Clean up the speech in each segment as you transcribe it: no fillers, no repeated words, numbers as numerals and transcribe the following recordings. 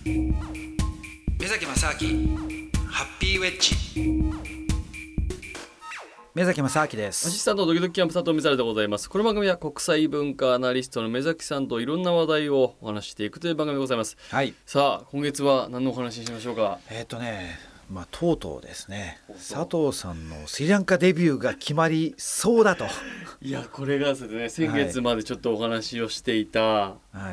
目崎正明ハッピーウェッジ。目崎正明でアシす。 スタントドキドキキャンプ佐藤美沙でございます。この番組は国際文化アナリストの目崎さんといろんな話題をお話していくという番組でございます。 はい。 さあ今月は何のお話にしましょうか。 とうとうですね、佐藤さんのスリランカデビューが決まりそうだと。 いやこれがですね、先月までちょっとお話をしていた、 はい、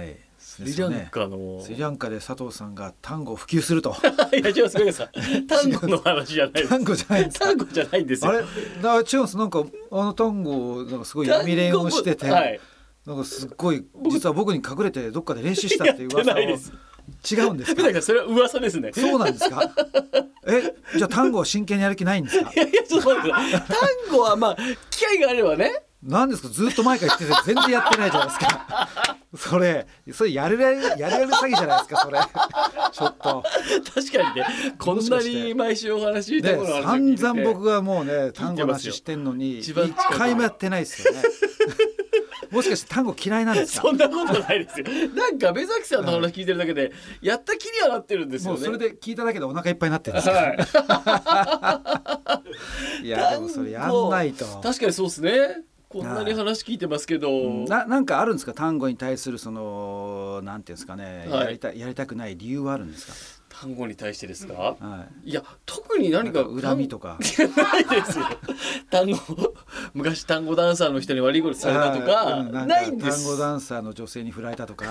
スリランカの、 スリランカで佐藤さんが単語を普及すると。 いや違うすごいさ単語の話じゃないです。 単語じゃないんですか。 単語じゃないんですよ。 あれ違うんです。なんか単語なんかすごい闇練をしてて、はい、なんかすっごい実は僕に隠れてどっかで練習したっていう噂を。違うんですか。 それは噂ですね。 そうなんですか。じゃあ単語は真剣にやる気ないんですか。 いやちょっと待って単語はまあ機会があればね。 なんですか、ずっと前から言ってて全然やってないじゃないですか。それやる詐欺じゃないですかそれ。ちょっと確かにね、こんなに毎週お話ししたことある散々僕がもうね単語の話してんのに一回もやってないですよね。もしかして単語嫌いなんですか。そんなことないですよ。なんか目崎さんの話聞いてるだけでやった気にはなってるんですよね。 もうそれで聞いただけでお腹いっぱいになってるんですか、はい、いやでもそれやんないと。 確かにそうですね。こんなに話聞いてますけど、 なんかあるんですか、単語に対するそのなんていうんですかね、 はい、 やりたくない理由はあるんですか。 単語に対してですか、 はい、 いや特に何か恨みとかないですよ。昔単語ダンサーの人に悪いことされたとかないんです。 単語ダンサーの女性に振られたとか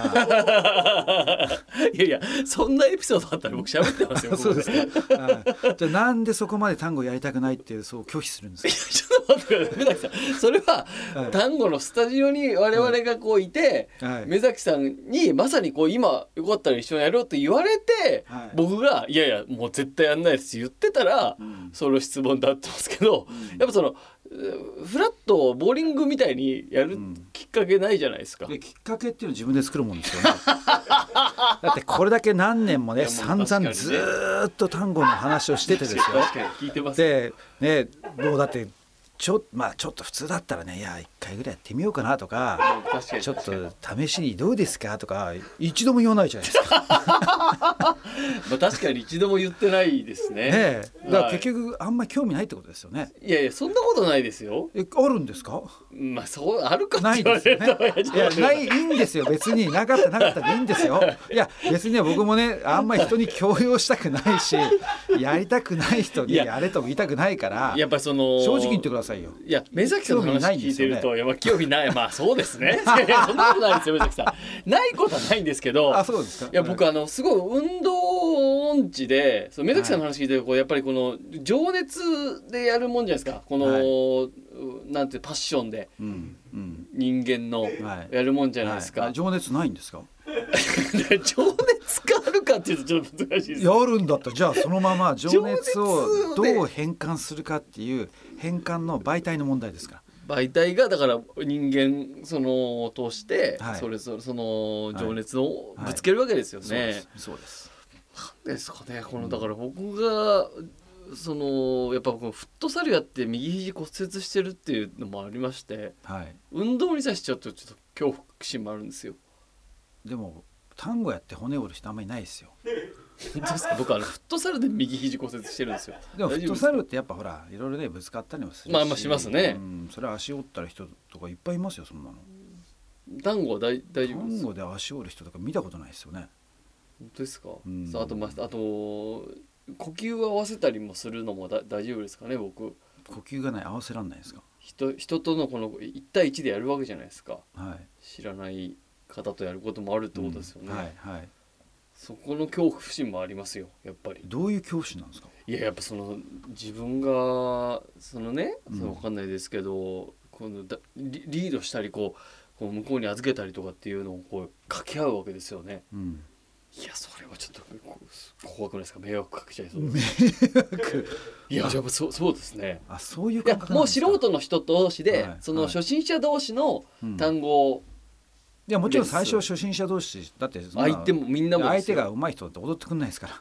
いやそんなエピソードあったら僕喋ってますよ。 そうですか。じゃあなんでそこまで単語やりたくないってそう拒否するんですか。 ちょっと待ってください。それは、単語のスタジオに我々がこういて、目崎さんにまさにこう今よかったら一緒にやろうって言われて、僕がいやもう絶対やんないです言ってたら、その質問だってますけど、やっぱそのフラットボーリングみたいにやるきっかけないじゃないですか。 きっかけっていうのは自分で作るもんですよね。だってこれだけ何年もね散々ずっと単語の話をしててですよ。 聞いてます。 でね、もうだってちょっと普通だったらね、いや1回ぐらいやってみようかなとか、ちょっと試しにどうですかとか一度も言わないじゃないですか。 確かに一度も言ってないですね。 だから結局あんまり興味ないってことですよね。 いやそんなことないですよ。 あるんですか。 そうあるかないですよね。いいんですよ、別になかったでいいんですよ。いや別に僕もねあんまり人に強要したくないしやりたくない人にやれとも言いたくないから、 やっぱその正直言ってください。 いや目崎さんの話聞いてると興味ない。そうですね。そんなことないですよ目崎さん。ないことはないんですけど。 そうですか。 いや僕すごい運動音痴で、目崎さんの話聞いてるとやっぱりこの情熱でやるもんじゃないですか。この、なんてパッションで、人間のやるもんじゃないですか。 情熱ないんですか。 情熱があるかっていうとちょっと難しいです。 やるんだったらじゃあそのまま情熱をどう変換するかっていう変換の媒体の問題ですか。 媒体がだから人間を通して、それぞれその情熱をぶつけるわけですよね。 そうです。 なんですかね、だから僕がやっぱ僕フットサルやって右肘骨折してるっていうのもありまして、運動に対してちょっと恐怖心もあるんですよ。 でも単語やって骨折る人あんまりないですよ。 本当ですか。僕フットサルで右肘骨折してるんですよ。 でもフットサルってやっぱほらいろいろねぶつかったりもするし、 しますね。 それは足折ったら人とかいっぱいいますよ。そんなの単語は大丈夫です。 単語で足折る人とか見たことないですよね。 本当ですか。あと呼吸を合わせたりもするのも大丈夫ですかね。僕呼吸がない、合わせらんないですか。 人とのこの1対1でやるわけじゃないですか。知らない方とやることもあるってことですよね。そこの恐怖心もありますよやっぱり。どういう恐怖心なんですか。やっぱ自分が分かんないですけど、このリードしたりこう向こうに預けたりとかっていうのを掛け合うわけですよね。いやそれはちょっと怖くないですか。迷惑かけちゃいそう。迷惑。いやそうですね。 そういう感覚なんですか。 もう素人の人同士で、初心者同士の単語を、 いやもちろん最初初心者同士だって相手もみんなも相手が上手い人って踊ってくんないですから。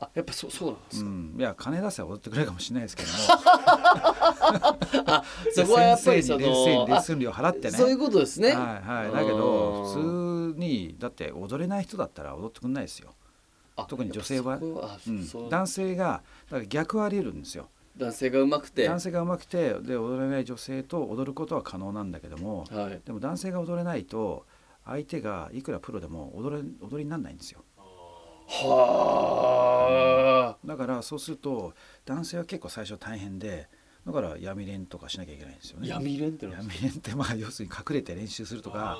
やっぱそうなんですか。 いや金出せば踊ってくれるかもしれないですけどもそこはやっぱりレッスン料払ってね。 そういうことですね。 だけど普通にだって踊れない人だったら踊ってくんないですよ。 特に女性は、男性がだから逆はあり得るんですよ。 男性が上手くてで踊れない女性と踊ることは可能なんだけども、でも男性が踊れないと相手がいくらプロでも踊りにならないんですよ。だからそうすると男性は結構最初大変で、だから闇練とかしなきゃいけないんですよね。 闇練ってまあ要するに隠れて練習するとか。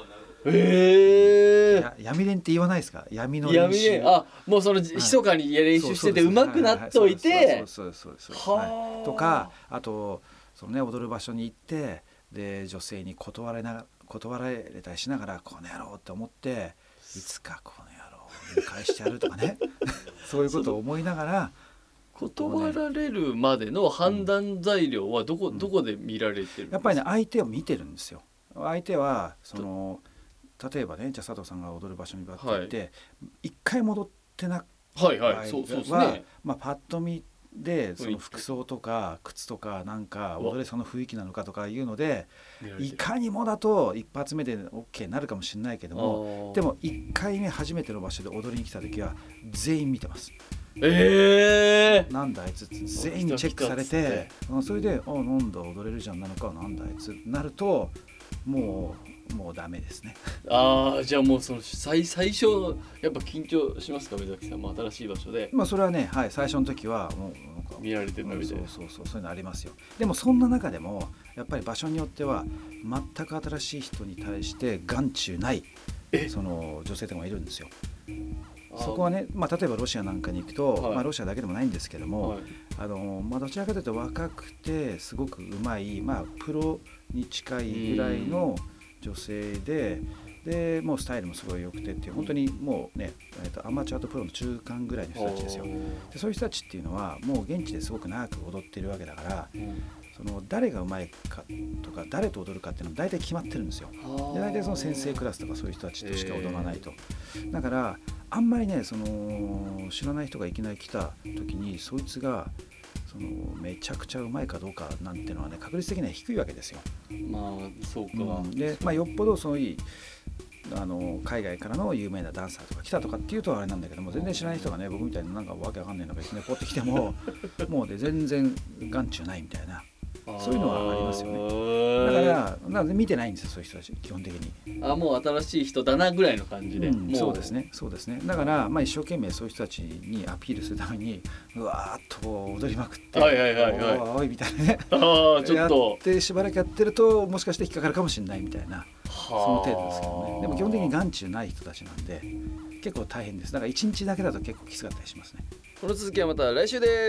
闇練って言わないですか？闇の練習。 もうその密かに練習してて上手くなっといて、 とか、あとそのね踊る場所に行ってで女性に断られたりしながらこの野郎って思っていつかこの野郎見返してやるとかねそういうことを思いながら。 断られるまでの判断材料はどこで見られてるんですか？ やっぱりね相手を見てるんですよ。相手はその例えばね、じゃあ佐藤さんが踊る場所にバッと行って一回戻ってな場合はまあパッと見でその服装とか靴とかなんか踊れその雰囲気なのかとかいうのでいかにもだと一発目で OK になるかもしれないけども、でも1回目初めての場所で踊りに来た時は全員見てます。なんだあいつって全員チェックされて、それでなんだ踊れるじゃんなのかなんだあいつなるともうダメですね。 じゃあもうその最初やっぱ緊張しますか？目崎さんも新しい場所で。 それはね、最初の時はもうなんか見られてるみたいな。 そういうのありますよ。でもそんな中でもやっぱり場所によっては全く新しい人に対して眼中ないその女性とかもいるんですよ。そこはね、例えばロシアなんかに行くと、ロシアだけでもないんですけども、どちらかというと若くてすごくうまい、プロに近いぐらいの女性でもうスタイルもすごい良くてっていう本当にもうね、アマチュアとプロの中間ぐらいの人たちですよ。でそういう人たちっていうのはもう現地ですごく長く踊ってるわけだから、その誰がうまいかとか誰と踊るかっていうのは大体決まってるんですよ。で大体その先生クラスとかそういう人たちとしか踊らないと。だからあんまりねその知らない人がいきなり来た時にそいつがそのめちゃくちゃうまいかどうかなんていうのはね確率的には低いわけですよ。 そうか。 でよっぽどそういう海外からの有名なダンサーとか来たとかっていうとあれなんだけども、全然知らない人がね僕みたいになんかわけわかんないのがいきなりポッて来てももうで全然眼中ないみたいな。そういうのはありますよね。だから見てないんですよそういう人たち基本的に。 もう新しい人だなぐらいの感じで。 そうですね。だから一生懸命そういう人たちにアピールするためにうわーっと踊りまくっておいみたいなねちょっとやってしばらくやってるともしかして引っかかるかもしれないみたいなその程度ですけどね。でも基本的に眼中ない人たちなんで結構大変です。だから1日だけだと結構きつかったりしますね。 この続きはまた来週です。